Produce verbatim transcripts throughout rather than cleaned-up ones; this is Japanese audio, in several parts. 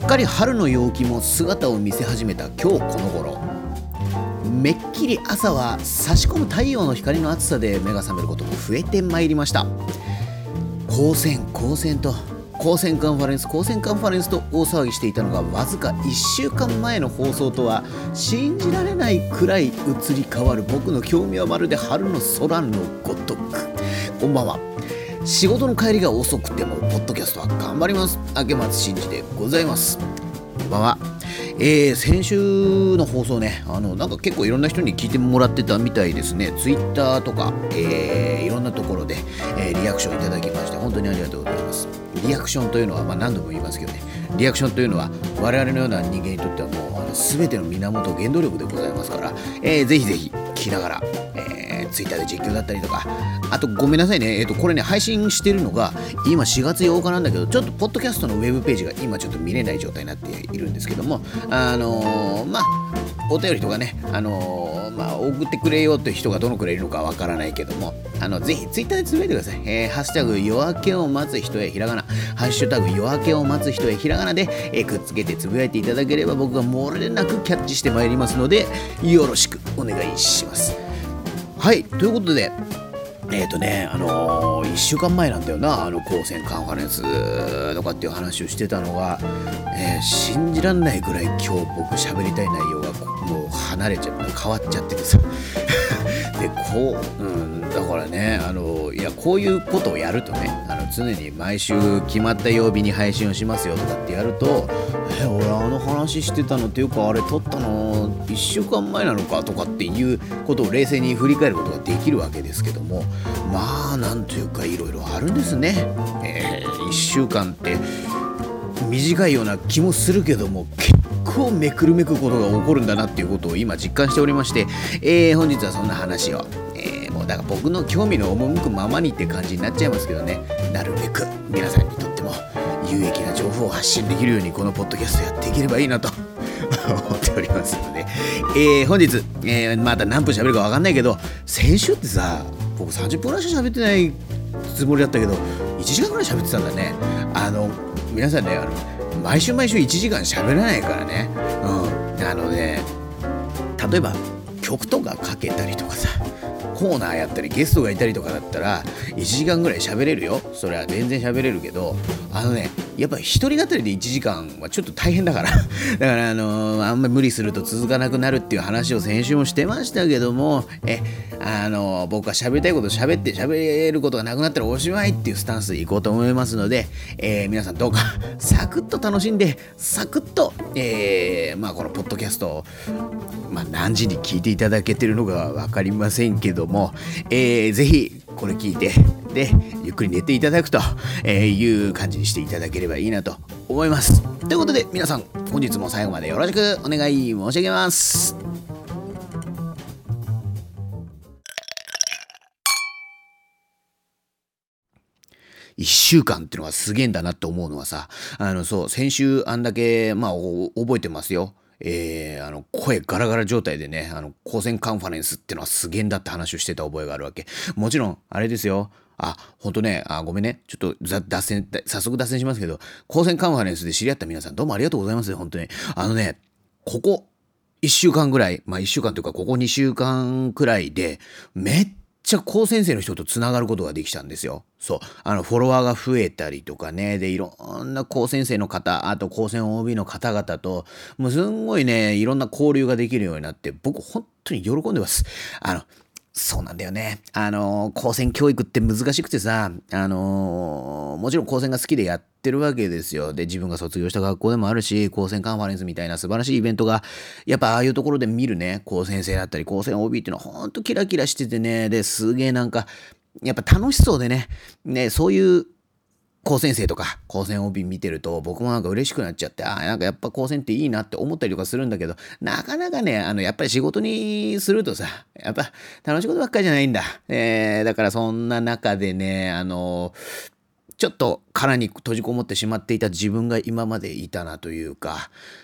かり春の陽気も姿を見せ始めた今日この頃、めっきり朝は差し込む太陽の光の暑さで目が覚めることも増えてまいりました。高専高専と高専カンファレンス高専カンファレンスと大騒ぎしていたのがわずかいっしゅうかんまえの放送とは信じられないくらい移り変わる僕の興味はまるで春の空のごとく。こんばんは。仕事の帰りが遅くてもポッドキャストは頑張ります。明松真嗣でございます。こんばんは。えー、先週の放送ね、あのなんか結構いろんな人に聞いてもらってたみたいですね。ツイッターとか、えー、いろんなところで、えー、リアクションいただきまして本当にありがとうございます。リアクションというのは、まあ、何度も言いますけどね、リアクションというのは我々のような人間にとってはもうあの全ての源原動力でございますから、えー、ぜひぜひ聞きながら、えー、ツイッターで実況だったりとか、あとごめんなさいね、えーとこれね配信してるのが今しがつようかなんだけど、ちょっとポッドキャストのウェブページが今ちょっと見れない状態になっているんですけども、あのー、まあお便りとかね、あのー、まあ送ってくれよという人がどのくらいいるのかわからないけども、あのぜひツイッターでつぶやいてください。えー、ハッシュタグ夜明けを待つ人へひらがな、ハッシュタグ夜明けを待つ人へひらがなで、えー、くっつけてつぶやいていただければ僕が漏れなくキャッチしてまいりますのでよろしくお願いします。はい、ということでえっ、ー、とね、あのー、いっしゅうかんまえなんだよな、あの高専カンファレンスとかっていう話をしてたのが、えー、信じらんないぐらい今日僕喋りたい内容がもう離れちゃって変わっちゃっててさでこう、うん、だからね、あのいやこういうことをやるとね、あの常に毎週決まった曜日に配信をしますよとかってやると、え俺あの話してたのっていうかあれ撮ったのいっしゅうかんまえなのかとかっていうことを冷静に振り返ることができるわけですけども、まあなんというかいろいろあるんですね。えー、いっしゅうかんって短いような気もするけども結構めくるめくことが起こるんだなっていうことを今実感しておりまして、えー、本日はそんな話を、えー、もうだから僕の興味の赴くままにって感じになっちゃいますけどね、なるべく皆さんにとっても有益な情報を発信できるようにこのポッドキャストやっていければいいなと思っておりますので、えー、本日、えー、また何分喋るか分かんないけど、先週ってさ僕さんじゅっぷんぐらいしか喋ってないつもりだったけどいちじかんぐらい喋ってたんだね。あの皆さんね、あの毎週毎週いちじかん喋らないからね、うん、あのね例えば曲とかかけたりとかさ、コーナーやったりゲストがいたりとかだったらいちじかんぐらい喋れるよ。それは全然喋れるけど、あのねやっぱり一人語りでいちじかんはちょっと大変だからだからあのー、あんまり無理すると続かなくなるっていう話を先週もしてましたけども、えあのー、僕は喋りたいこと喋って喋れることがなくなったらおしまいっていうスタンスでいこうと思いますので、えー、皆さんどうかサクッと楽しんでサクッと、えー、まあこのポッドキャストを、まあ、何時に聞いていただけてるのか分かりませんけども、えー、ぜひこれ聞いてでゆっくり寝ていただくという感じにしていただければいいなと思います。ということで皆さん本日も最後までよろしくお願い申し上げます。いっしゅうかんっていうのはすげえんだなって思うのはさ、あのそう先週あんだけまあ覚えてますよ。えー、あの声ガラガラ状態でね、あの高専カンファレンスってのはすげえんだって話をしてた覚えがあるわけ。もちろんあれですよ、あほんとね、あごめんね、ちょっと脱線早速脱線しますけど、高専カンファレンスで知り合った皆さんどうもありがとうございますよ。本当にあのね、ここいっしゅうかんぐらい、まあいっしゅうかんというかここにしゅうかんくらいでめっちゃ高専生の人とつながることができたんですよ。そうあのフォロワーが増えたりとかね、でいろんな高専生の方、あと高専 オービー の方々ともうすんごいねいろんな交流ができるようになって僕本当に喜んでます。あのそうなんだよね。あの高専教育って難しくてさ、あのもちろん高専が好きでやってるわけですよ。で自分が卒業した学校でもあるし、高専カンファレンスみたいな素晴らしいイベントがやっぱああいうところで見るね高専生だったり高専 オービー っていうのはほんとキラキラしててね、ですげえなんかやっぱ楽しそうでね、ねそういう高専生とか高専 オービー 見てると僕もなんか嬉しくなっちゃって、あなんかやっぱ高専っていいなって思ったりとかするんだけど、なかなかねあのやっぱり仕事にするとさやっぱ楽しいことばっかりじゃないんだ、えー、だからそんな中でねあのちょっと殻に閉じこもってしまっていた自分が今までいたなというか、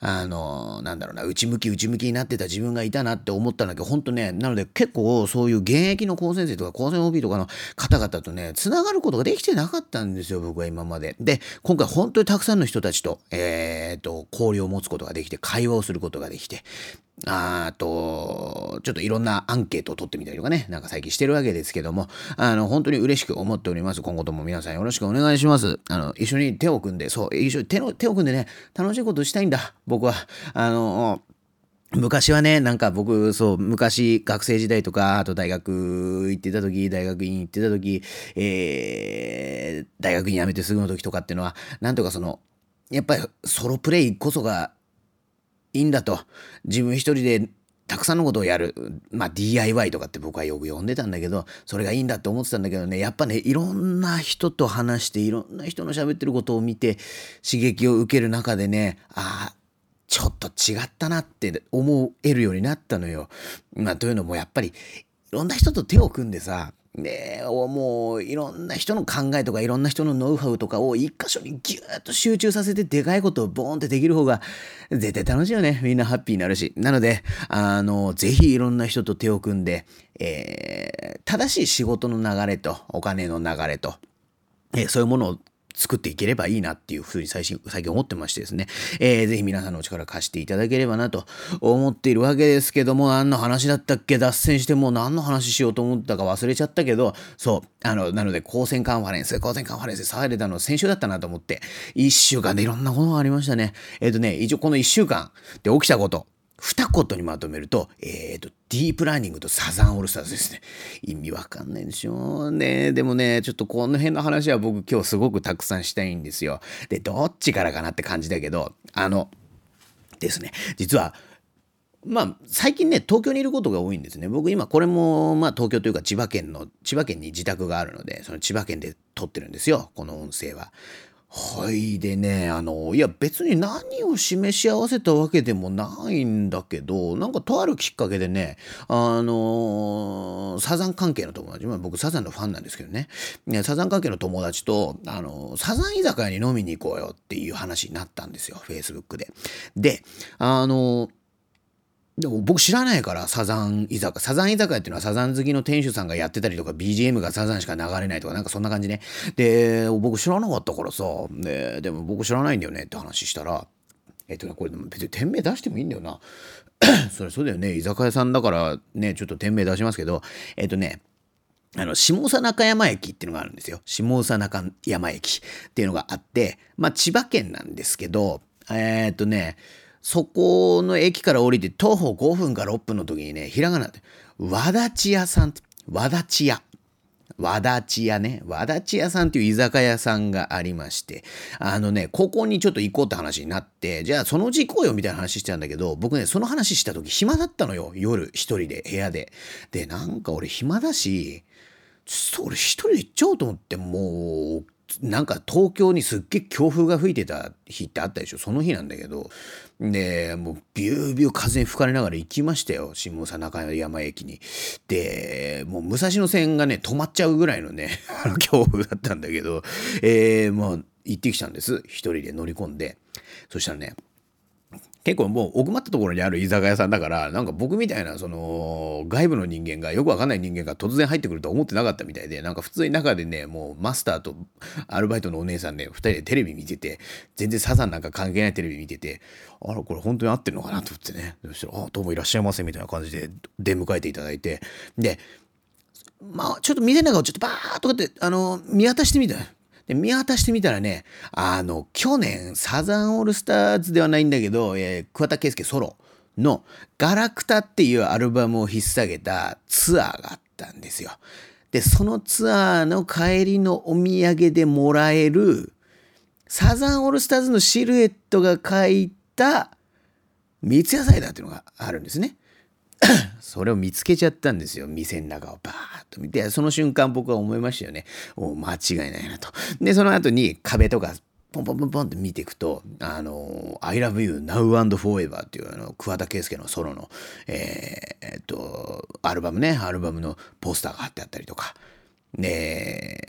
あの、なんだろうな、内向き内向きになってた自分がいたなって思ったんだけど、ほんとね、なので結構そういう現役の高専生とか高専 オービー とかの方々とね、つながることができてなかったんですよ、僕は今まで。で、今回本当にたくさんの人たちと、えっと、交流を持つことができて、会話をすることができて、あと、ちょっといろんなアンケートを取ってみたりとかね、なんか最近してるわけですけども、あの、本当に嬉しく思っております。今後とも皆さんよろしくお願いします。あの、一緒に手を組んで、そう、一緒に手の、手を組んでね、楽しいことしたいんだ、僕は。あの、昔はね、なんか僕、そう、昔、学生時代とか、あと大学行ってた時、大学院行ってた時、えー、大学院辞めてすぐの時とかっていうのは、なんとかその、やっぱりソロプレイこそがいいんだと。自分一人でたくさんのことをやる。まあ ディーアイワイ とかって僕はよく呼んでたんだけど、それがいいんだって思ってたんだけどね、やっぱね、いろんな人と話して、いろんな人の喋ってることを見て、刺激を受ける中でね、ああ、ちょっと違ったなって思えるようになったのよ。まあというのもやっぱり、いろんな人と手を組んでさ、ねえ、もういろんな人の考えとかいろんな人のノウハウとかを一箇所にギューッと集中させてでかいことをボーンってできる方が絶対楽しいよね。みんなハッピーになるし。なので、あの、ぜひいろんな人と手を組んで、えー、正しい仕事の流れとお金の流れと、えーそういうものを作っていければいいなっていうふうに最近、最近思ってましてですね。えー、ぜひ皆さんのお力貸していただければなと思っているわけですけども、何の話だったっけ、脱線してもう何の話しようと思ったか忘れちゃったけど、そう、あの、なので、高専カンファレンス、高専カンファレンス騒いでたの先週だったなと思って、一週間でいろんなことがありましたね。えっ、とね、一応この一週間で起きたこと、二言にまとめると、えっ、と、ディープラーニングとサザンオールスターズですね。意味わかんないでしょうね。でもね、ちょっとこの辺の話は僕今日すごくたくさんしたいんですよ。で、どっちからかなって感じだけど、あの、ですね、実は、まあ、最近ね、東京にいることが多いんですね。僕今これも、まあ東京というか千葉県の、千葉県に自宅があるので、その千葉県で撮ってるんですよ。この音声は。はい。でね、あの、いや別に何を示し合わせたわけでもないんだけど、なんかとあるきっかけでね、あの、サザン関係の友達、まあ僕サザンのファンなんですけどね、ねサザン関係の友達と、あの、サザン居酒屋に飲みに行こうよっていう話になったんですよ、Facebook で。で、あの、でも僕知らないからサザン居酒屋。サザン居酒屋っていうのはサザン好きの店主さんがやってたりとか ビージーエム がサザンしか流れないとかなんかそんな感じね。で、僕知らなかったからさ、で、でも僕知らないんだよねって話したら、えっとね、これでも別に店名出してもいいんだよな。それそうだよね。居酒屋さんだからね、ちょっと店名出しますけど、えっとね、あの、下総中山駅っていうのがあるんですよ。下総中山駅っていうのがあって、まあ千葉県なんですけど、えーっとね、そこの駅から降りて徒歩ごふんかろっぷんの時にね、ひらがなで、和立屋さんって、和立屋。和立屋ね。和立屋さんっていう居酒屋さんがありまして、あのね、ここにちょっと行こうって話になって、じゃあそのうち行こうよみたいな話してたんだけど、僕ね、その話した時暇だったのよ。夜一人で部屋で。で、なんか俺暇だし、ちょっと俺一人で行っちゃおうと思って、もう、なんか東京にすっげえ強風が吹いてた日ってあったでしょ。その日なんだけど。で、もうビュービュー風に吹かれながら行きましたよ。下総中山駅に。で、もう武蔵野線がね、止まっちゃうぐらいのね、あの強風だったんだけど、えー、もう行ってきたんです。一人で乗り込んで。そしたらね、結構もう奥まったところにある居酒屋さんだから、なんか僕みたいなその外部の人間が、よくわかんない人間が突然入ってくると思ってなかったみたいで、なんか普通に中でね、もうマスターとアルバイトのお姉さんね、二人でテレビ見てて、全然サザンなんか関係ないテレビ見てて、あら、これ本当に合ってるのかなと思ってね。そしたら、あ、どうもいらっしゃいませみたいな感じで出迎えていただいて、で、まあちょっと店の中をちょっとバーッとかって、あの、見渡してみた。で、見渡してみたらね、あの、去年、サザンオールスターズではないんだけど、えー、桑田佳祐ソロのガラクタっていうアルバムを引っ提げたツアーがあったんですよ。で、そのツアーの帰りのお土産でもらえる、サザンオールスターズのシルエットが書いた三ツ矢サイダーっていうのがあるんですね。それを見つけちゃったんですよ。店の中をバーッと見て、その瞬間僕は思いましたよね。お間違いないなと。で、その後に壁とかポンポンポンポンって見ていくと、あの、I love you now and forever っていうあの、桑田佳祐のソロの、えー、えっと、アルバムね、アルバムのポスターが貼ってあったりとか、で、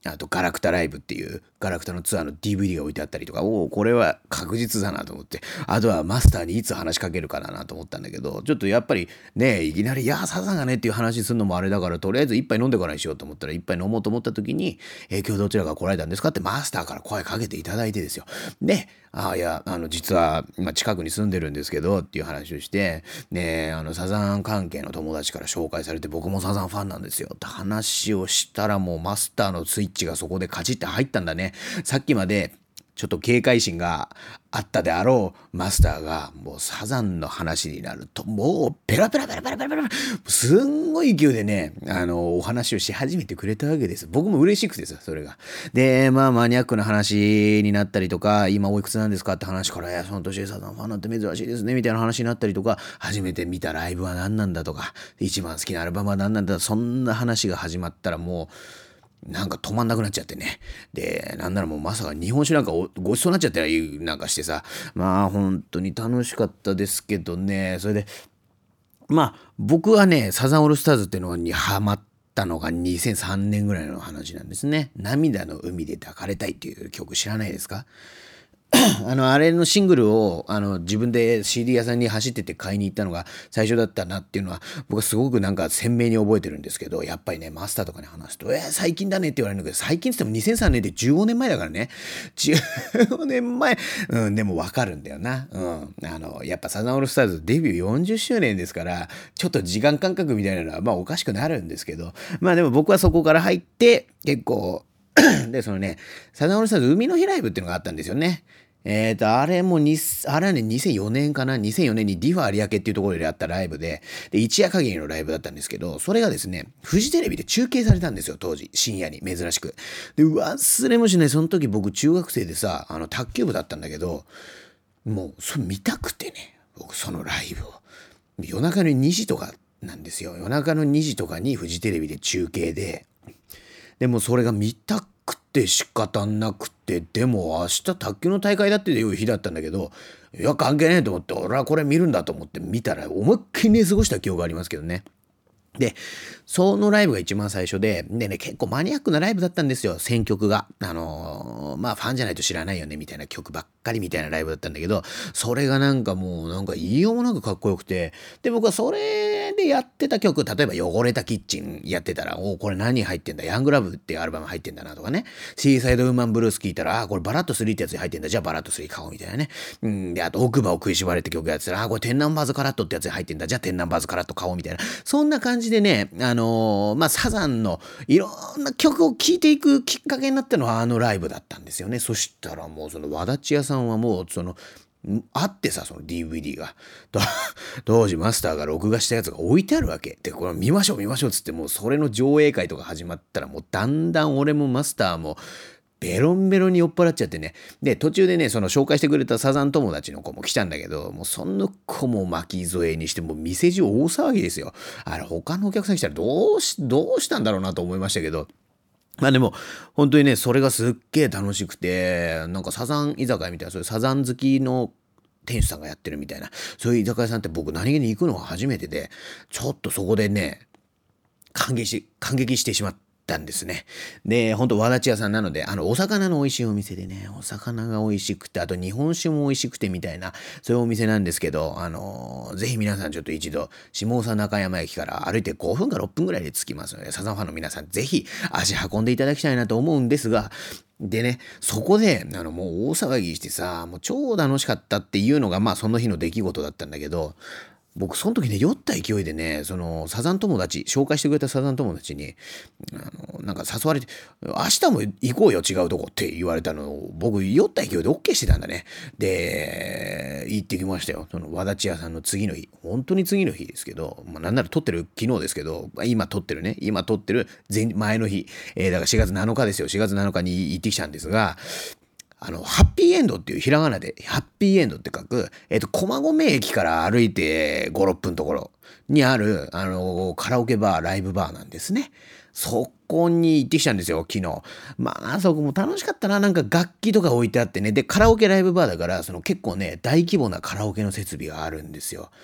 あとガラクタライブっていうガラクタのツアーの ディーブイディー が置いてあったりとか、おお、これは確実だなと思って、あとはマスターにいつ話しかけるかななと思ったんだけど、ちょっとやっぱりね、いきなり、いや、サザンがねっていう話するのもあれだから、とりあえず一杯飲んでからにしようと思ったら、一杯飲もうと思った時に、えー今日どちらが来られたんですかってマスターから声かけていただいてですよ。で、ああ、いや、あの、実は今近くに住んでるんですけどっていう話をして、ね、あの、サザン関係の友達から紹介されて、僕もサザンファンなんですよって話をしたら、もうマスターのスイッチがそこでカチッて入ったんだね。さっきまでちょっと警戒心があったであろうマスターがもうサザンの話になるともうペラペラペラペラペラペラすんごい勢いでね、あのお話をし始めてくれたわけです。僕も嬉しくてさ、それが。で、まあマニアックな話になったりとか、今おいくつなんですかって話から、いや、その年でサザンファンなんて珍しいですねみたいな話になったりとか、初めて見たライブは何なんだとか、一番好きなアルバムは何なんだ、そんな話が始まったらもうなんか止まんなくなっちゃってね。で、なんならもうまさか日本酒なんかごちそうになっちゃったりなんかしてさ、まあ本当に楽しかったですけどね。それで、まあ僕はね、サザンオールスターズっていうのにハマったのがにせんさんねんぐらいの話なんですね。涙の海で抱かれたいっていう曲知らないですか？あの、あれのシングルを、あの、自分で シーディー 屋さんに走ってって買いに行ったのが最初だったなっていうのは、僕はすごくなんか鮮明に覚えてるんですけど、やっぱりね、マスターとかに話すと、えー、最近だねって言われるんだけど、最近って言ってもにせんさんねんでじゅうごねんまえだからね。じゅうごねんまえ、うん、でもわかるんだよな。うん。あの、やっぱサザンオールスターズデビューよんじゅっしゅうねんですから、ちょっと時間感覚みたいなのは、まあおかしくなるんですけど、まあでも僕はそこから入って、結構、で、そのね、サザンオールスターズ海の日ライブっていうのがあったんですよね。えっと、あれもに、あれはね、にせんよねんかな ?にせんよねんにディファ有明っていうところでやったライブで、で、一夜限りのライブだったんですけど、それがですね、フジテレビで中継されたんですよ、当時。深夜に、珍しく。で、忘れもしない、その時僕中学生でさ、あの、卓球部だったんだけど、もう、それ見たくてね、僕そのライブを。夜中のにじとかなんですよ。夜中のにじとかにフジテレビで中継で、でもそれが見たくて仕方なくて、でも明日卓球の大会だっていう日だったんだけど、いや関係ねえと思って、俺はこれ見るんだと思って見たら思いっきり寝過ごした記憶がありますけどね。で、そのライブが一番最初で、でね、結構マニアックなライブだったんですよ、選曲が。あのーまあ、ファンじゃないと知らないよね、みたいな曲ばっかりみたいなライブだったんだけど、それがなんかもう、なんか言いようもなくかっこよくて、で、僕はそれでやってた曲、例えば汚れたキッチンやってたら、おこれ何入ってんだ、ヤングラブっていうアルバム入ってんだなとかね、シーサイドウーマンブルース聞いたら、あ、これバラッとスリーってやつに入ってんだ、じゃあバラッとスリー買おうみたいなね。うん、で、あと奥歯を食いしばれって曲やってたら、あ、これテンナンバーズカラットってやつに入ってんだ、じゃあテンナンバーズカラット買おうみたいな。そんな感じでね、あのーまあ、サザンのいろんな曲を聴いていくきっかけになったのはあのライブだったんですよね。そしたらもうその和立屋さんはもうそのあってさ、その ディーブイディー が当時マスターが録画したやつが置いてあるわけで、これ見ましょう見ましょうっつって、もうそれの上映会とか始まったらもうだんだん俺もマスターもベロンベロンに酔っ払っちゃってね。で、途中でね、その紹介してくれたサザン友達の子も来たんだけど、もうその子も巻き添えにして、もう店中大騒ぎですよ。あれ、他のお客さん来たらどうし、どうしたんだろうなと思いましたけど、まあでも、本当にね、それがすっげえ楽しくて、なんかサザン居酒屋みたいな、そういうサザン好きの店主さんがやってるみたいな、そういう居酒屋さんって僕何気に行くのが初めてで、ちょっとそこでね、感激し、感激してしまったんですね。で、ほんと和立屋さんなので、あの、お魚の美味しいお店でね、お魚が美味しくて、あと日本酒も美味しくてみたいな、そういうお店なんですけど、あのーぜひ皆さんちょっと一度、下総中山駅から歩いてごふんかろっぷんぐらいで着きますので、サザンファンの皆さんぜひ足運んでいただきたいなと思うんですが、でね、そこで、あの、もう大騒ぎしてさ、もう超楽しかったっていうのが、まあその日の出来事だったんだけど、僕その時ね、酔った勢いでね、そのサザン友達、紹介してくれたサザン友達に、あの、なんか誘われて、明日も行こうよ、違うとこって言われたのを、僕酔った勢いで OK してたんだね。で、行ってきましたよ。その和立屋さんの次の日、本当に次の日ですけど、まあなんなら撮ってる昨日ですけど、今撮ってるね、今撮ってる前、前の日、えー、だからしがつなのかですよ、しがつなのかに行ってきたんですが、あの、ハッピーエンドっていうひらがなで、ハッピーエンドって書く、えっと、駒込駅から歩いてご、ろっぷんのところにある、あの、カラオケバー、ライブバーなんですね。そこに行ってきたんですよ、昨日。まあ、そこも楽しかったな。なんか楽器とか置いてあってね。で、カラオケライブバーだから、その結構ね、大規模なカラオケの設備があるんですよ。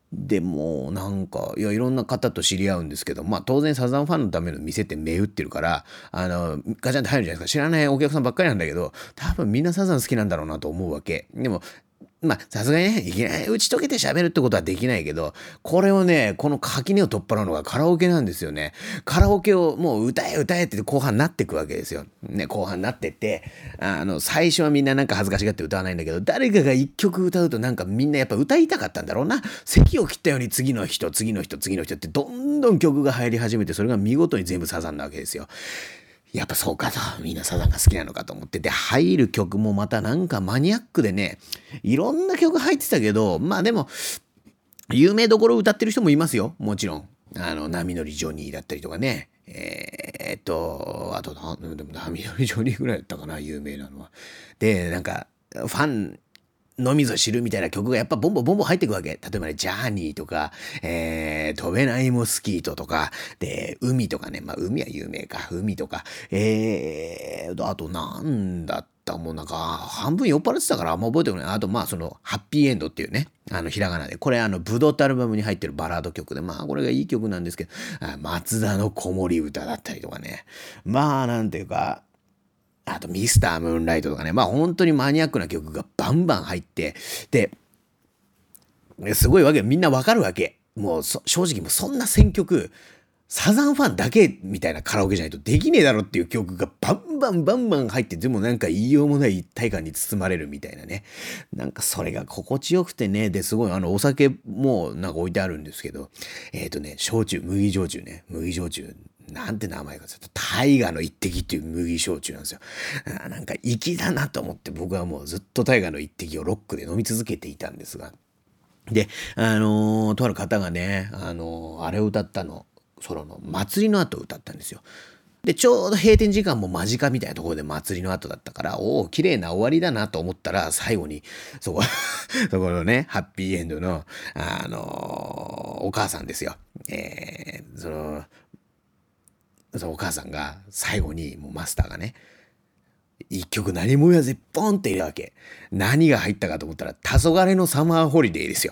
でもなんかいやいろんな方と知り合うんですけど、まあ当然サザンファンのための店って銘打ってるからあのガチャンって入るじゃないですか。知らないお客さんばっかりなんだけど多分みんなサザン好きなんだろうなと思うわけ。でもまあさすがにねいきなり打ち解けて喋るってことはできないけど、これをねこの垣根を取っ払うのがカラオケなんですよね。カラオケをもう歌え歌えって後半なっていくわけですよ。ね、後半なってってあの最初はみんななんか恥ずかしがって歌わないんだけど、誰かが一曲歌うとなんかみんなやっぱ歌いたかったんだろうな。席を切ったように次の人次の人次の人ってどんどん曲が入り始めて、それが見事に全部サザンなわけですよ。やっぱそうかと、みんなサザンが好きなのかと思ってて、入る曲もまたなんかマニアックでね、いろんな曲入ってたけど、まあでも有名どころ歌ってる人もいますよ、もちろん。あの波乗りジョニーだったりとかね、えー、っとあとなでも波乗りジョニーぐらいだったかな、有名なのは。でなんかファンのみぞ知るみたいな曲がやっぱボンボンボンボン入ってくわけ。例えばね、ジャーニーとか、えー、飛べないモスキートとか、で、海とかね、まあ海は有名か、海とか、えー、あとなんだったもうなんか、半分酔っ払ってたからあんま覚えてこない。あとまあその、ハッピーエンドっていうね、あの、ひらがなで。これあの、ブドウってアルバムに入ってるバラード曲で、まあこれがいい曲なんですけど、松田の子守歌だったりとかね。まあなんていうか、あとミスタームーンライトとかね、まあ本当にマニアックな曲がバンバン入って、で、すごいわけ、みんなわかるわけ。もう正直もうそんな選曲、サザンファンだけみたいなカラオケじゃないとできねえだろっていう曲がバンバンバンバン入って、でもなんか言いようもない一体感に包まれるみたいなね。なんかそれが心地よくてね、で、すごいあのお酒もなんか置いてあるんですけど、えっとね、焼酎、麦焼酎ね、麦焼酎。なんて名前かちょっと大河の一滴っていう麦焼酎なんですよ。あなんか粋だなと思って僕はもうずっと大河の一滴をロックで飲み続けていたんですが。で、あのーとある方がね、あのーあれを歌ったの、ソロの祭りの後歌ったんですよ。で、ちょうど閉店時間も間近みたいなところで祭りの後だったから、おお、綺麗な終わりだなと思ったら、最後に、そこ、そこのね、ハッピーエンドの、あのーお母さんですよ。えー、その、そのお母さんが最後にもうマスターがね一曲何も言わずポンって入れるわけ。何が入ったかと思ったら黄昏のサマーホリデーですよ。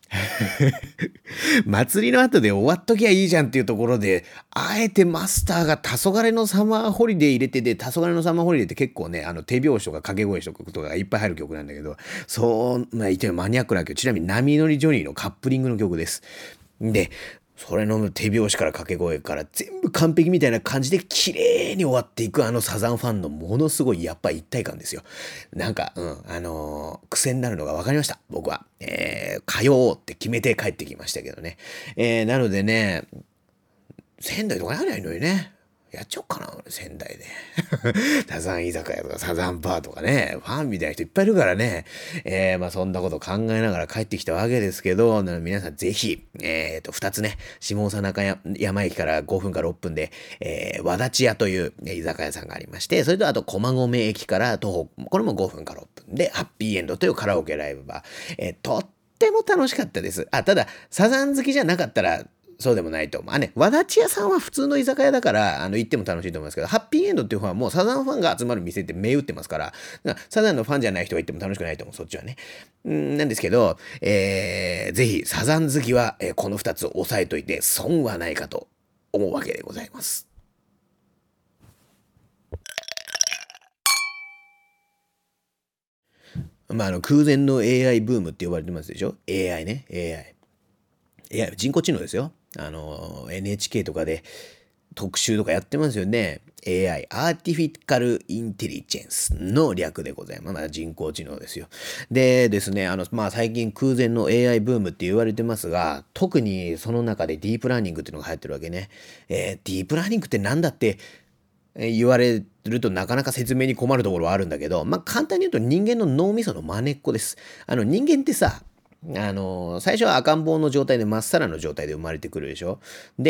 祭りの後で終わっときゃいいじゃんっていうところで、あえてマスターが黄昏のサマーホリデー入れて、で黄昏のサマーホリデーって結構ね、あの手拍子とか掛け声とかがいっぱい入る曲なんだけど、そうまあ言ってもマニアックな曲。ちなみに波乗りジョニーのカップリングの曲です。でそれの手拍子から掛け声から全部完璧みたいな感じで綺麗に終わっていくあのサザンファンのものすごいやっぱ一体感ですよ。なんか、うん、あのー、癖になるのが分かりました、僕は。えー、火曜って決めて帰ってきましたけどね。えー、なのでね、仙台とかやりゃいいのにね。やっちゃおうかな、俺仙台で。サザン居酒屋とかサザンバーとかね、ファンみたいな人いっぱいいるからね。えー、まあそんなこと考えながら帰ってきたわけですけど、皆さんぜひ、えーと、二つね、下総中山駅からごふんかろっぷんで、えー、和立屋という居酒屋さんがありまして、それとあと駒込駅から徒歩、これもごふんかろっぷんで、ハッピーエンドというカラオケライブバー。えー、とっても楽しかったです。あ、ただ、サザン好きじゃなかったら、そうでもないと思う。あね、和立屋さんは普通の居酒屋だから、あの、行っても楽しいと思いますけど、ハッピーエンドっていう方はもうサザンファンが集まる店って銘打ってますから、からサザンのファンじゃない人が行っても楽しくないと思う、そっちはね。んなんですけど、えー、ぜひサザン好きは、えー、この二つを押さえといて損はないかと思うわけでございます。まあ、あの、空前の エーアイ ブームって呼ばれてますでしょ？ エーアイ ね、エーアイ。エーアイ、人工知能ですよ。あの、エヌエイチケー とかで特集とかやってますよね。エーアイ、アーティフィカルインテリジェンスの略でございます。まあ、人工知能ですよ。でですね、あの、まあ、最近空前の エーアイ ブームって言われてますが、特にその中でディープラーニングっていうのが流行ってるわけね。えー、ディープラーニングってなんだって言われるとなかなか説明に困るところはあるんだけど、まあ、簡単に言うと人間の脳みその真似っこです。あの、人間ってさ、あの最初は赤ん坊の状態でまっさらの状態で生まれてくるでしょ。で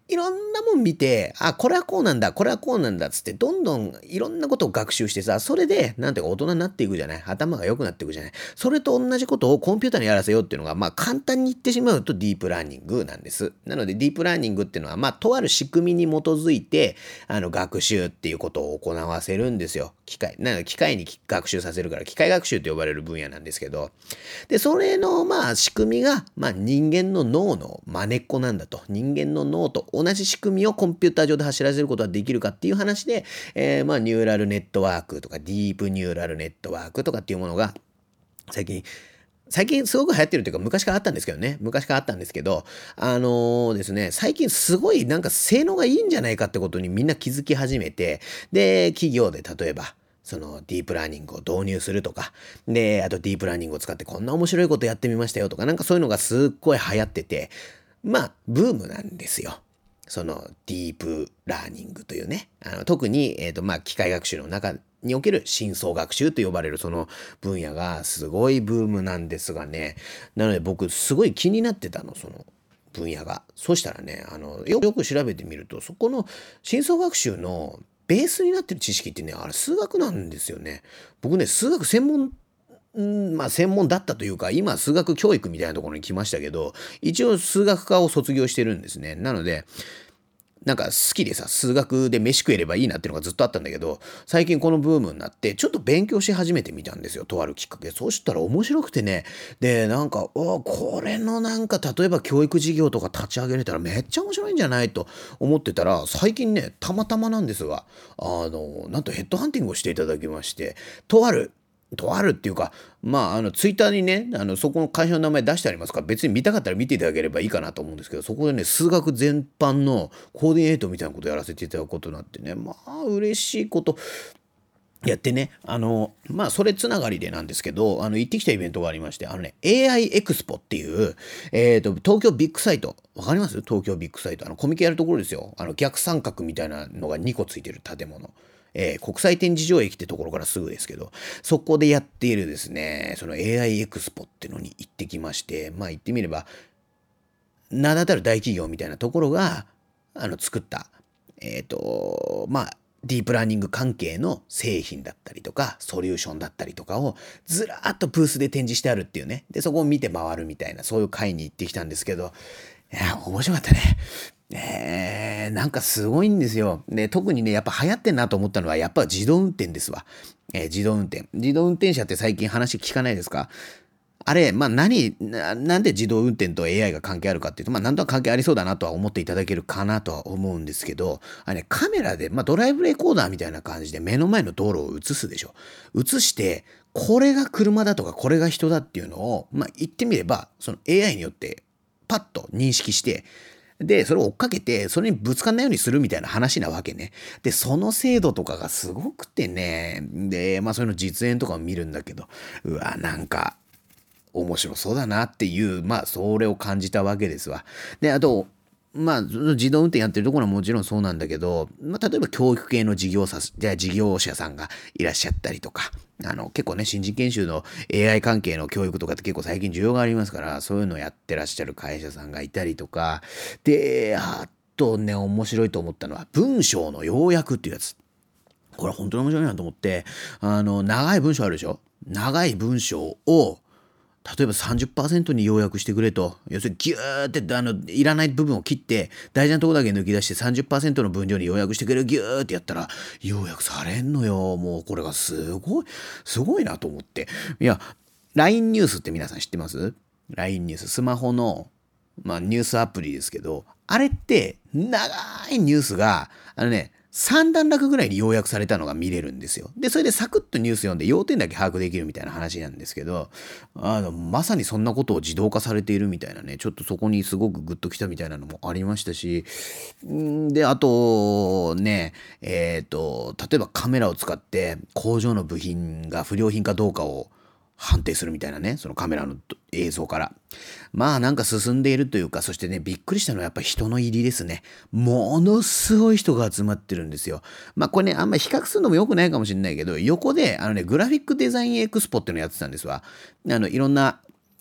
いろんなもん見て、あ、これはこうなんだ、これはこうなんだっつって、どんどんいろんなことを学習してさ、それで、なんていうか大人になっていくじゃない。頭が良くなっていくじゃない。それと同じことをコンピューターにやらせようっていうのが、まあ簡単に言ってしまうとディープラーニングなんです。なのでディープラーニングっていうのは、まあとある仕組みに基づいて、あの学習っていうことを行わせるんですよ。機械。なので機械に学習させるから、機械学習と呼ばれる分野なんですけど、で、それの、まあ仕組みが、まあ人間の脳の真似っこなんだと。人間の脳と同じ仕組みをコンピューター上で走らせることができるかっていう話で、えー、まあニューラルネットワークとかディープニューラルネットワークとかっていうものが最近最近すごく流行ってるというか昔からあったんですけどね。昔からあったんですけど、あのーですね、最近すごいなんか性能がいいんじゃないかってことにみんな気づき始めて、で、企業で例えば、そのディープラーニングを導入するとか、で、あとディープラーニングを使ってこんな面白いことやってみましたよとか、なんかそういうのがすっごい流行ってて、まあ、ブームなんですよ。そのディープラーニングというね、あの特に、えーとまあ、機械学習の中における深層学習と呼ばれるその分野がすごいブームなんですがね、なので僕すごい気になってたの、その分野が。そしたらね、あのよく調べてみると、そこの深層学習のベースになってる知識ってね、あれ数学なんですよね。僕ね、数学専門んまあ専門だったというか、今数学教育みたいなところに来ましたけど、一応数学科を卒業してるんですね。なので、なんか好きでさ、数学で飯食えればいいなっていうのがずっとあったんだけど、最近このブームになって、ちょっと勉強し始めてみたんですよ。とあるきっかけ。そうしたら面白くてね。で、なんか、おこれのなんか、例えば教育事業とか立ち上げれたらめっちゃ面白いんじゃないと思ってたら、最近ね、たまたまなんですが、あの、なんとヘッドハンティングをしていただきまして、とある、とあるっていうか、まあ、あの、ツイッターにね、あの、そこの会社の名前出してありますから、別に見たかったら見ていただければいいかなと思うんですけど、そこでね、数学全般のコーディネートみたいなことをやらせていただくことになってね、まあ、嬉しいことやってね、あの、まあ、それつながりでなんですけど、あの、行ってきたイベントがありまして、あのね、エーアイ エクスポっていう、えっと、東京ビッグサイト、わかります？東京ビッグサイト。あの、コミケやるところですよ。あの、逆三角みたいなのがにこついてる建物。えー国際展示場駅ってところからすぐですけど、そこでやっているですね、その エーアイ エクスポってのに行ってきまして、まあ言ってみれば、名だたる大企業みたいなところが、あの、作った、えっと、まあ、ディープラーニング関係の製品だったりとか、ソリューションだったりとかをずらーっとブースで展示してあるっていうね。で、そこを見て回るみたいな、そういう会に行ってきたんですけど、いや、面白かったね。えー、なんかすごいんですよ。で、特にね、やっぱ流行ってんなと思ったのは、やっぱ自動運転ですわ。えー自動運転。自動運転車って最近話聞かないですか？あれ、まあ何な、なんで自動運転と エーアイ が関係あるかっていうと、まあなんとなく関係ありそうだなとは思っていただけるかなとは思うんですけど、あれね、カメラで、まあドライブレコーダーみたいな感じで目の前の道路を映すでしょ。映して、これが車だとかこれが人だっていうのを、まあ言ってみれば、その エーアイ によってパッと認識して、で、それを追っかけて、それにぶつかんないようにするみたいな話なわけね。で、その精度とかがすごくてね、で、まあそういうの実演とかを見るんだけど、うわ、なんか、面白そうだなっていう、まあ、それを感じたわけですわ。で、あと、まあ、その自動運転やってるところはもちろんそうなんだけど、まあ、例えば教育系の事業者、じゃあ事業者さんがいらっしゃったりとか、あの、結構ね、新人研修の エーアイ 関係の教育とかって結構最近需要がありますから、そういうのをやってらっしゃる会社さんがいたりとか、で、あとね、面白いと思ったのは、文章の要約っていうやつ。これ本当に面白いなと思って、あの、長い文章あるでしょ？長い文章を、例えばさんじゅっパーセントに要約してくれと。要するにギューってあのいらない部分を切って大事なところだけ抜き出してさんじゅっパーセントの分量に要約してくれるギューってやったら要約されんのよ。もうこれがすごいすごいなと思って。いや ライン ニュースって皆さん知ってます？ ライン ニュース、スマホのまあニュースアプリですけど、あれって長いニュースがあのねさん段落ぐらいに要約されたのが見れるんですよ。で、それでサクッとニュース読んで要点だけ把握できるみたいな話なんですけど、あの、まさにそんなことを自動化されているみたいなね、ちょっとそこにすごくグッときたみたいなのもありましたし、んで、あと、ね、えっと、例えばカメラを使って工場の部品が不良品かどうかを判定するみたいなね、そのカメラの映像から。まあなんか進んでいるというか、そしてね、びっくりしたのはやっぱり人の入りですね。ものすごい人が集まってるんですよ。まあこれね、あんまり比較するのも良くないかもしれないけど、横で、あのね、グラフィックデザインエクスポっていうのやってたんですわ。あの、いろんな、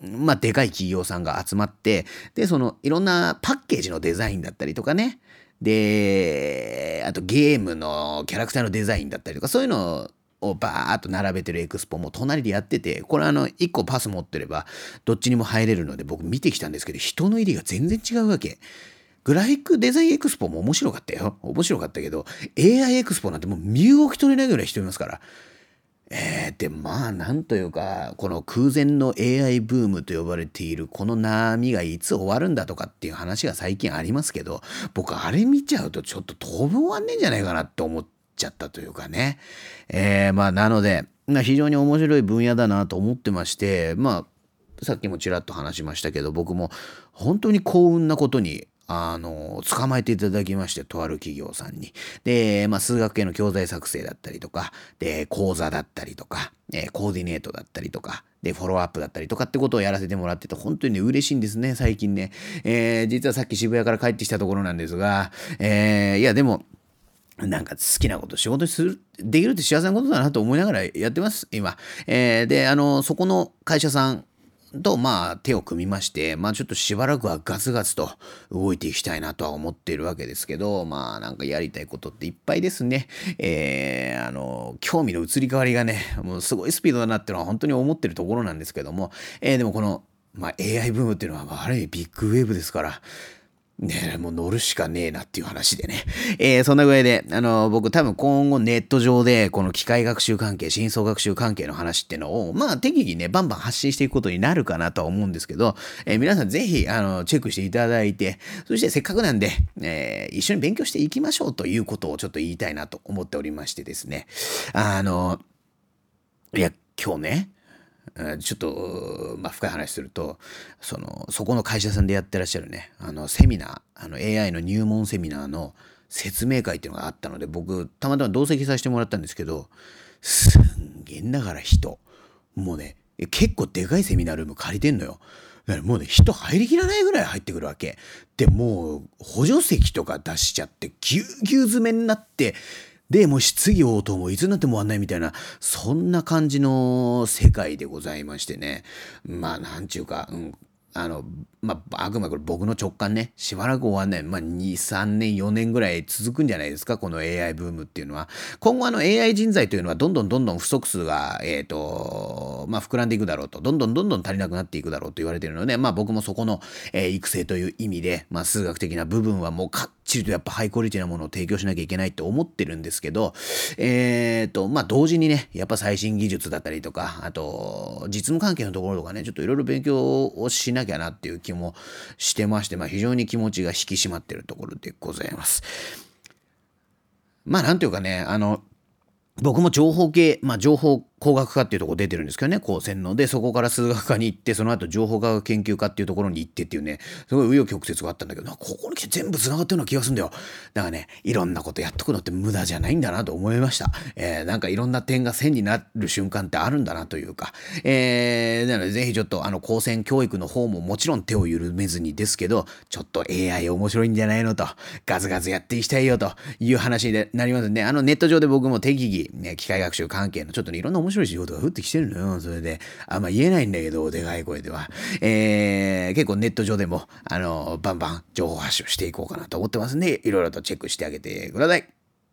まあ、でかい企業さんが集まって、で、その、いろんなパッケージのデザインだったりとかね、で、あとゲームのキャラクターのデザインだったりとか、そういうのをバーっと並べてるエクスポも隣でやってて、これあの、いっこパス持ってれば、どっちにも入れるので、僕見てきたんですけど、人の入りが全然違うわけ。グラフィックデザインエクスポも面白かったよ。面白かったけど、エーアイ エクスポなんてもう身動き取れないぐらい人いますから。えー、で、まあ、なんというか、この空前の エーアイ ブームと呼ばれているこの波がいつ終わるんだとかっていう話が最近ありますけど、僕あれ見ちゃうとちょっと当分終わんねえんじゃないかなって思っちゃったというかね。えー、まあ、なので、非常に面白い分野だなと思ってまして、まあ、さっきもちらっと話しましたけど、僕も本当に幸運なことに、あの、捕まえていただきまして、とある企業さんに。で、まあ、数学系の教材作成だったりとか、で、講座だったりとか、えー、コーディネートだったりとか、で、フォローアップだったりとかってことをやらせてもらってて、本当にね、嬉しいんですね、最近ね。えー、実はさっき渋谷から帰ってきたところなんですが、えー、いや、でも、なんか好きなこと仕事にする、できるって幸せなことだなと思いながらやってます、今。えー、で、あの、そこの会社さん、と、まあ、手を組みまして、まあ、ちょっとしばらくはガツガツと動いていきたいなとは思っているわけですけど、まあ、なんかやりたいことっていっぱいですね。えー、あの、興味の移り変わりがね、もうすごいスピードだなっていうのは本当に思ってるところなんですけども、えー、でもこの、まあ、エーアイ ブームっていうのは、まあ、ある意味ビッグウェーブですから、ねえ、もう乗るしかねえなっていう話でね。えー、そんなぐらいで、あの、僕多分今後ネット上で、この機械学習関係、深層学習関係の話っていうのを、まあ適宜ね、バンバン発信していくことになるかなとは思うんですけど、えー、皆さんぜひ、あの、チェックしていただいて、そしてせっかくなんで、えー、一緒に勉強していきましょうということをちょっと言いたいなと思っておりましてですね。あの、いや、今日ね、ちょっと、まあ、深い話すると、その、そこの会社さんでやってらっしゃるね、あの、セミナー、あの、エーアイ の入門セミナーの説明会っていうのがあったので、僕、たまたま同席させてもらったんですけど、すんげんだから人。もうね、結構でかいセミナールーム借りてんのよ。だからもうね、人入りきらないぐらい入ってくるわけ。で、もう、補助席とか出しちゃって、ぎゅうぎゅう詰めになって、で、もう質疑応答もいつになっても終わんないみたいな、そんな感じの世界でございましてね。まあ、なんちゅうか、うん、あの、まあ、あくまでこれ僕の直感ね、しばらく終わんない。まあ、に、さんねん、よねんぐらい続くんじゃないですか、この エーアイ ブームっていうのは。今後あの エーアイ 人材というのはどんどんどんどん不足数が、えっと、まあ、膨らんでいくだろうと、どんどんどんどん足りなくなっていくだろうと言われているので、まあ、僕もそこの、えー、育成という意味で、まあ、数学的な部分はもうかっちりとやっぱハイクオリティなものを提供しなきゃいけないって思ってるんですけど、えっと、まあ、同時にね、やっぱ最新技術だったりとか、あと、実務関係のところとかね、ちょっといろいろ勉強をしなきゃなっていう気もしてまして、まあ、非常に気持ちが引き締まっているところでございます。まあ、なんていうかね、あの、僕も情報系、まあ、情報工学科っていうところ出てるんですけどね、高専の。で、そこから数学科に行って、その後情報科学研究科っていうところに行ってっていうね、すごい紆余曲折があったんだけど、ここに来て全部繋がってるような気がするんだよ。だからね、いろんなことやっとくのって無駄じゃないんだなと思いました。えー、なんかいろんな点が線になる瞬間ってあるんだなというか、えー、なのでぜひちょっとあの高専教育の方ももちろん手を緩めずにですけど、ちょっと エーアイ 面白いんじゃないのと、ガツガツやっていきたいよという話になりますね。あのネット上で僕も適宜、ね、機械学習関係のちょっとね、いろんな面白い仕事が降ってきてるのよ。それで、あんま言えないんだけど、でかい声では。えー、結構ネット上でも、あの、バンバン情報発信をしていこうかなと思ってますんで、いろいろとチェックしてあげてください。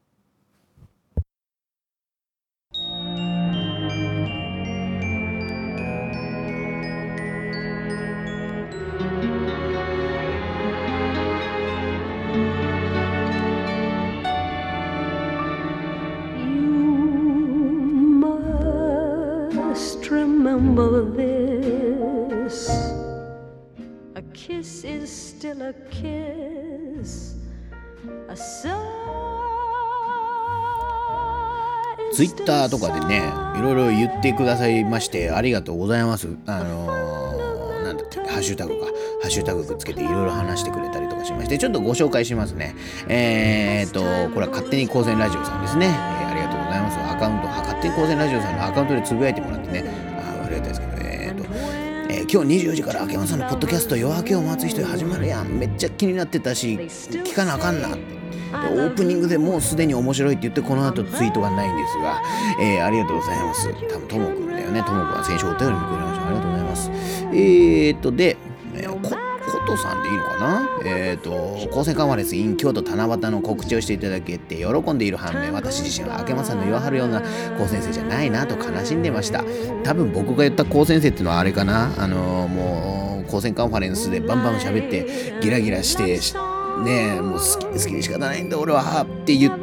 Remember this, a kiss is still a kiss, a sigh ツイッターとかでね、いろいろ言ってくださいましてありがとうございます。あのー、なんだっけ、ハッシュタグか、ハッシュタグくっつけていろいろ話してくれたりとかしまして、ちょっとご紹介しますね。えーっと、これは勝手に高専ラジオさんですね。えー、ありがとうございます。アカウント、勝手に高専ラジオさんのアカウントでつぶやいてもらってね、あ、ありがたいですけど、えーっと、えー、今日にじゅうよじから明山さんのポッドキャスト夜明けを待つ人で始まるやん。めっちゃ気になってたし、聞かなあかんなって。オープニングでもうすでに面白いって言ってこの後ツイートがないんですが、えー、ありがとうございます。多分ともくんだよどね、ともくんは先週お便りにくれました。ありがとうございます。えーと、で、えー、こことさんでいいのかな。えーと、高専カンファレンス in 京都七夕の告知をしていただけて喜んでいる反面、私自身は明松さんの言わはるような高先生じゃないなと悲しんでました。多分僕が言った高先生っていうのはあれかな、あのー、もう高専カンファレンスでバンバン喋ってギラギラしてねえ、もう好き好きで仕方ないんだ俺はって言って、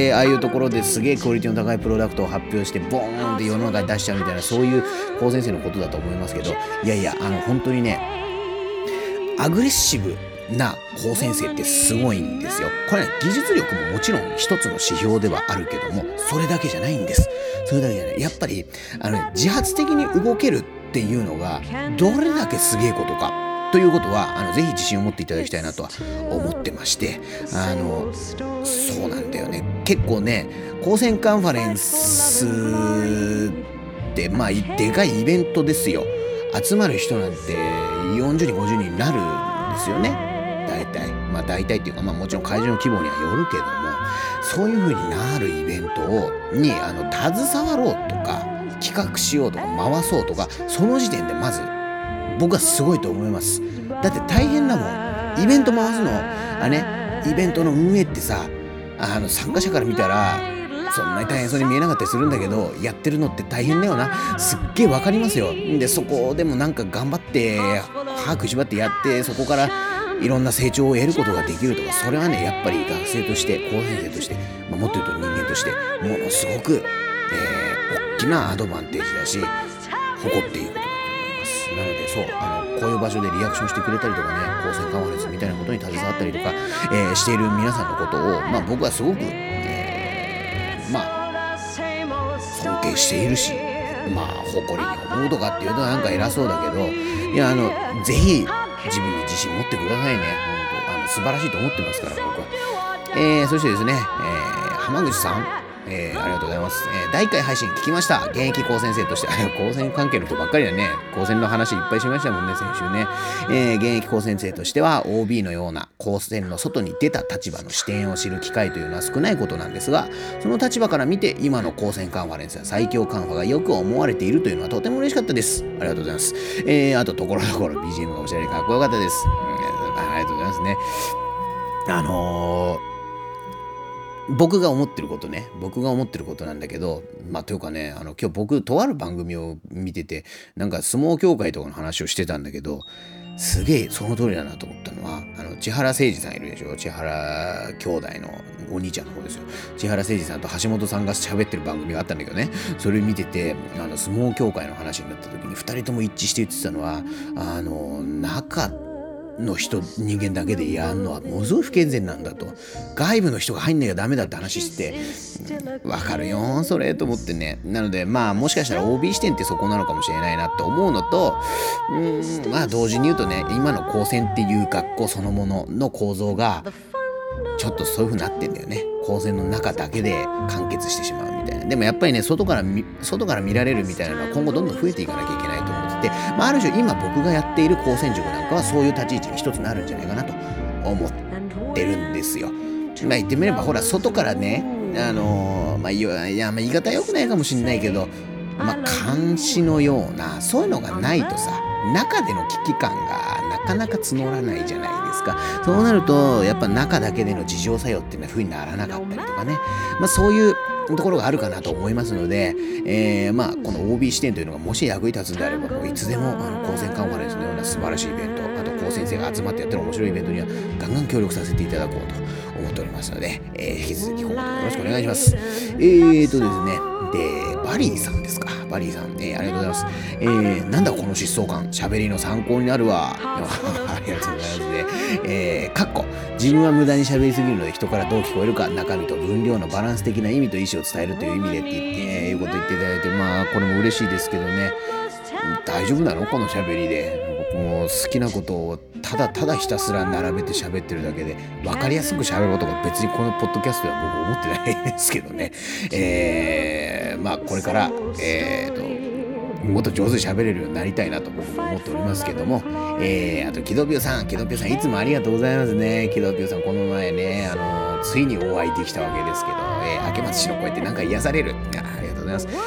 ああいうところですげえクオリティの高いプロダクトを発表してボーンって世の中に出しちゃうみたいな、そういう高先生のことだと思いますけど、いやいや、あの本当にね、アグレッシブな高先生ってすごいんですよ。これね、技術力ももちろん一つの指標ではあるけども、それだけじゃないんです。それだけじゃない。やっぱりあの、ね、自発的に動けるっていうのがどれだけすげえことかということは、あのぜひ自信を持っていただきたいなとは思ってまして、あのそうなんだよね。結構ね、高専カンファレンスってまあでかいイベントですよ。集まる人なんてよんじゅうにんごじゅうにんになるんですよね、大体。まあ大体っていうか、まあもちろん会場の規模にはよるけども、そういう風になるイベントをにあの携わろうとか企画しようとか回そうとか、その時点でまず僕はすごいと思います。だって大変だもん、イベント回すの。あね、イベントの運営ってさ、あの参加者から見たらそんなに大変そうに見えなかったりするんだけど、やってるのって大変だよな。すっげえわかりますよ。でそこでもなんか頑張って歯食いしばってやって、そこからいろんな成長を得ることができるとか、それはね、やっぱり学生として高専生として、まあ、もっと言うと人間としてものすごく、えー、大きなアドバンテージだし、誇っていいことだと思います。なので、そう、あのこういう場所でリアクションしてくれたりとかね、高専カンファレンスみたいなことに携わったりとか、えー、している皆さんのことを、まあ、僕はすごく、えー、まあ尊敬しているし、まあ誇りに思うとかっていうとなんか偉そうだけど、いや、あのぜひ自分に自信持ってくださいね。本当、あの素晴らしいと思ってますから、僕は。えー、そしてですね、えー、浜口さん、えー、ありがとうございます。えー、だいいっかい配信聞きました。現役高専生として、高専関係の人ばっかりだね。高専の話いっぱいしましたもんね、先週ね。えー、現役高専生としては オービー のような高専の外に出た立場の視点を知る機会というのは少ないことなんですが、その立場から見て今の高専カンファレンスや最強カンファがよく思われているというのはとても嬉しかったです。ありがとうございます。えー、あとところどころ ビージーエム がおしゃれでかっこよかったです。うん、ありがとうございますね。あのー僕が思ってることね、僕が思ってることなんだけど、まあというかね、あの今日僕とある番組を見てて、なんか相撲協会とかの話をしてたんだけど、すげえその通りだなと思ったのは、あの千原誠二さんいるでしょ。千原兄弟のお兄ちゃんの方ですよ。千原誠二さんと橋本さんが喋ってる番組があったんだけどね、それ見てて、あの相撲協会の話になった時にふたりとも一致して言ってたのは、あの中の人人間だけでやるのはものすごい不健全なんだと、外部の人が入んなきゃダメだって話してて、わ、うん、かるよそれと思ってね。なのでまあもしかしたら オービー 視点ってそこなのかもしれないなと思うのと、うーんまあ同時に言うとね、今の高専っていう学校そのものの構造がちょっとそういう風になってんだよね。高専の中だけで完結してしまうみたいな。でもやっぱりね、外から外から見られるみたいなのは今後どんどん増えていかなきゃいけないと思ってて、まあ、ある種今僕がやっている高専塾なんかはそういう立ち位置に一つなるんじゃないかなと思ってるんですよ。まあ言ってみればほら、外からね、あのー、まあいや、いやまあ言い方良くないかもしれないけど、まあ監視のようなそういうのがないとさ、中での危機感がなかなか募らないじゃないですか。そうなるとやっぱ中だけでの自浄作用っていうのは風にならなかったりとかね、まあそういうところがあるかなと思いますので、えー、まあこの オービー 視点というのがもし役に立つんであれば、もういつでもあの高専カンファレンスのような素晴らしいイベント、あと高専生が集まってやってる面白いイベントにはガンガン協力させていただこうと思っておりますので、えー、引き続き今後ともよろしくお願いします。えーとですね、でバリーさんですか。バリーさん、えー、ありがとうございます。えー、なんだこの疾走感、喋りの参考になるわ。ありがとうございますね。えー、かっこ自分は無駄に喋りすぎるので人からどう聞こえるか、中身と分量のバランス的な意味と意思を伝えるという意味でって言って、えー、いうこと言っていただいて、まあこれも嬉しいですけどね。大丈夫なのこの喋りで。僕も好きなことをただただひたすら並べて喋ってるだけで分かりやすく喋ることが別にこのポッドキャストでは僕思ってないですけどね。えー、まあこれからえーともっと上手に喋れるようになりたいなと僕も思っておりますけども、えー、あとキドピオさん、キドピオさんいつもありがとうございますね。キドピオさんこの前ね、あのついにお会いできたわけですけど、えー、明松氏の声ってなんか癒される。あ、ありがとうございます。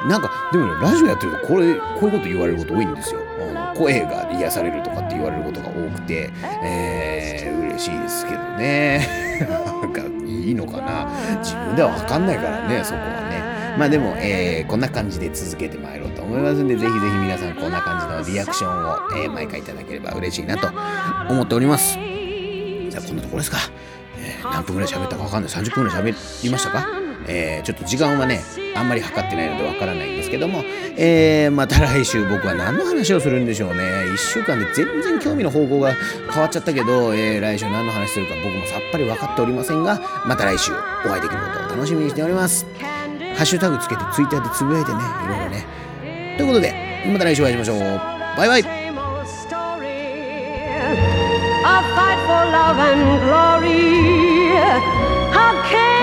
なんかでもね、ラジオやってるとこれこういうこと言われること多いんですよ。うん、声が癒されるとかって言われることが多くて、えー、嬉しいですけどね。なんかいいのかな、自分では分かんないからね、そこはね。まあでも、えー、こんな感じで続けてまいろうと思いますんで、ぜひぜひ皆さんこんな感じのリアクションを、えー、毎回いただければ嬉しいなと思っております。じゃあこんなところですか。えー、何分ぐらい喋ったか分かんない。さんじゅっぷんぐらい喋りましたか。えー、ちょっと時間はねあんまり測ってないので分からないんですけども、えー、また来週僕は何の話をするんでしょうね。いっしゅうかんで全然興味の方向が変わっちゃったけど、えー、来週何の話するか僕もさっぱり分かっておりませんが、また来週お会いできることを楽しみにしております。ハッシュタグつけてツイッターでつぶやいてね、いろいろね。ということでまた来週お会いしましょう。バイバイ。A fight for love and glory. How can